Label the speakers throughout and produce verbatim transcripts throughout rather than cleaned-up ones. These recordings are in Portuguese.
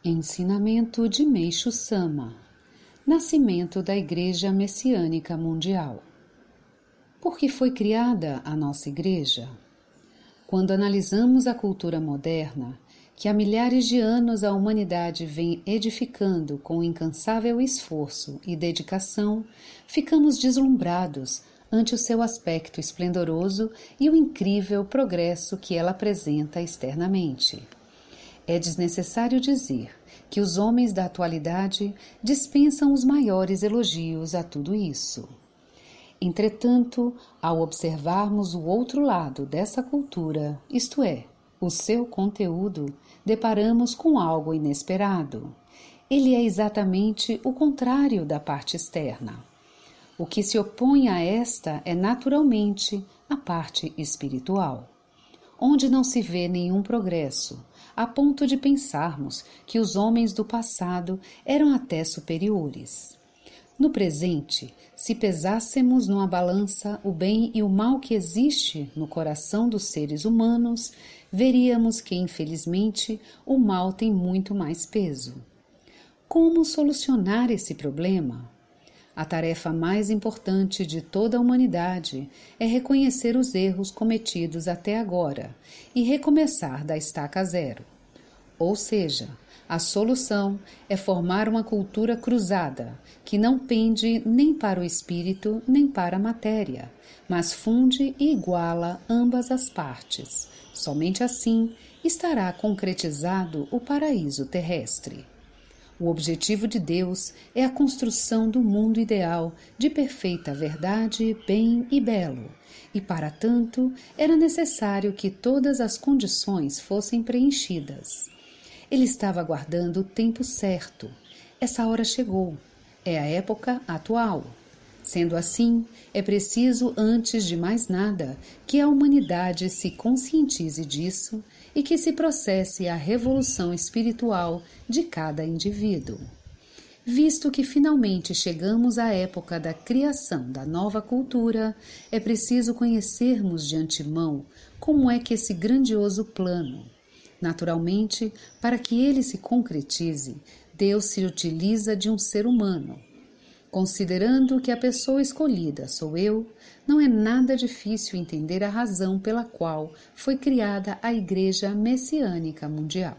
Speaker 1: Ensinamento de Meishu Sama. Nascimento da Igreja Messiânica Mundial. Por que foi criada a nossa Igreja? Quando analisamos a cultura moderna, que há milhares de anos a humanidade vem edificando com incansável esforço e dedicação, ficamos deslumbrados ante o seu aspecto esplendoroso e o incrível progresso que ela apresenta externamente. É desnecessário dizer que os homens da atualidade dispensam os maiores elogios a tudo isso. Entretanto, ao observarmos o outro lado dessa cultura, isto é, o seu conteúdo, deparamos com algo inesperado. Ele é exatamente o contrário da parte externa. O que se opõe a esta é naturalmente a parte espiritual, onde não se vê nenhum progresso, a ponto de pensarmos que os homens do passado eram até superiores. No presente, se pesássemos numa balança o bem e o mal que existe no coração dos seres humanos, veríamos que, infelizmente, o mal tem muito mais peso. Como solucionar esse problema? A tarefa mais importante de toda a humanidade é reconhecer os erros cometidos até agora e recomeçar da estaca zero. Ou seja, a solução é formar uma cultura cruzada, que não pende nem para o espírito nem para a matéria, mas funde e iguala ambas as partes. Somente assim estará concretizado o paraíso terrestre. O objetivo de Deus é a construção do mundo ideal de perfeita verdade, bem e belo, e para tanto era necessário que todas as condições fossem preenchidas. Ele estava aguardando o tempo certo. Essa hora chegou. É a época atual. Sendo assim, é preciso, antes de mais nada, que a humanidade se conscientize disso e que se processe a revolução espiritual de cada indivíduo. Visto que finalmente chegamos à época da criação da nova cultura, é preciso conhecermos de antemão como é que esse grandioso plano. Naturalmente, para que ele se concretize, Deus se utiliza de um ser humano. Considerando que a pessoa escolhida sou eu, não é nada difícil entender a razão pela qual foi criada a Igreja Messiânica Mundial.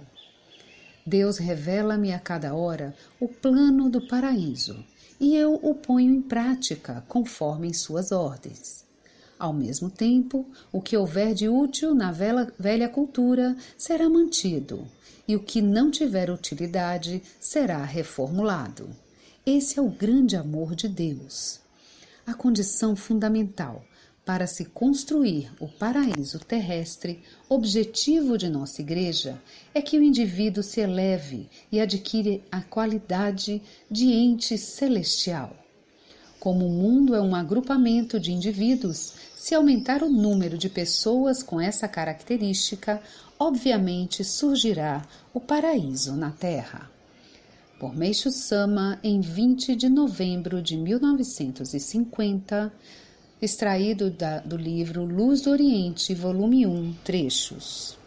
Speaker 1: Deus revela-me a cada hora o plano do paraíso, e eu o ponho em prática conforme em suas ordens. Ao mesmo tempo, o que houver de útil na velha, velha cultura será mantido, e o que não tiver utilidade será reformulado. Esse é o grande amor de Deus. A condição fundamental para se construir o paraíso terrestre, objetivo de nossa Igreja, é que o indivíduo se eleve e adquire a qualidade de ente celestial. Como o mundo é um agrupamento de indivíduos, se aumentar o número de pessoas com essa característica, obviamente surgirá o paraíso na Terra. Por Meishu Sama, em vinte de novembro de mil novecentos e cinquenta, extraído da, do livro Luz do Oriente, volume um, trechos.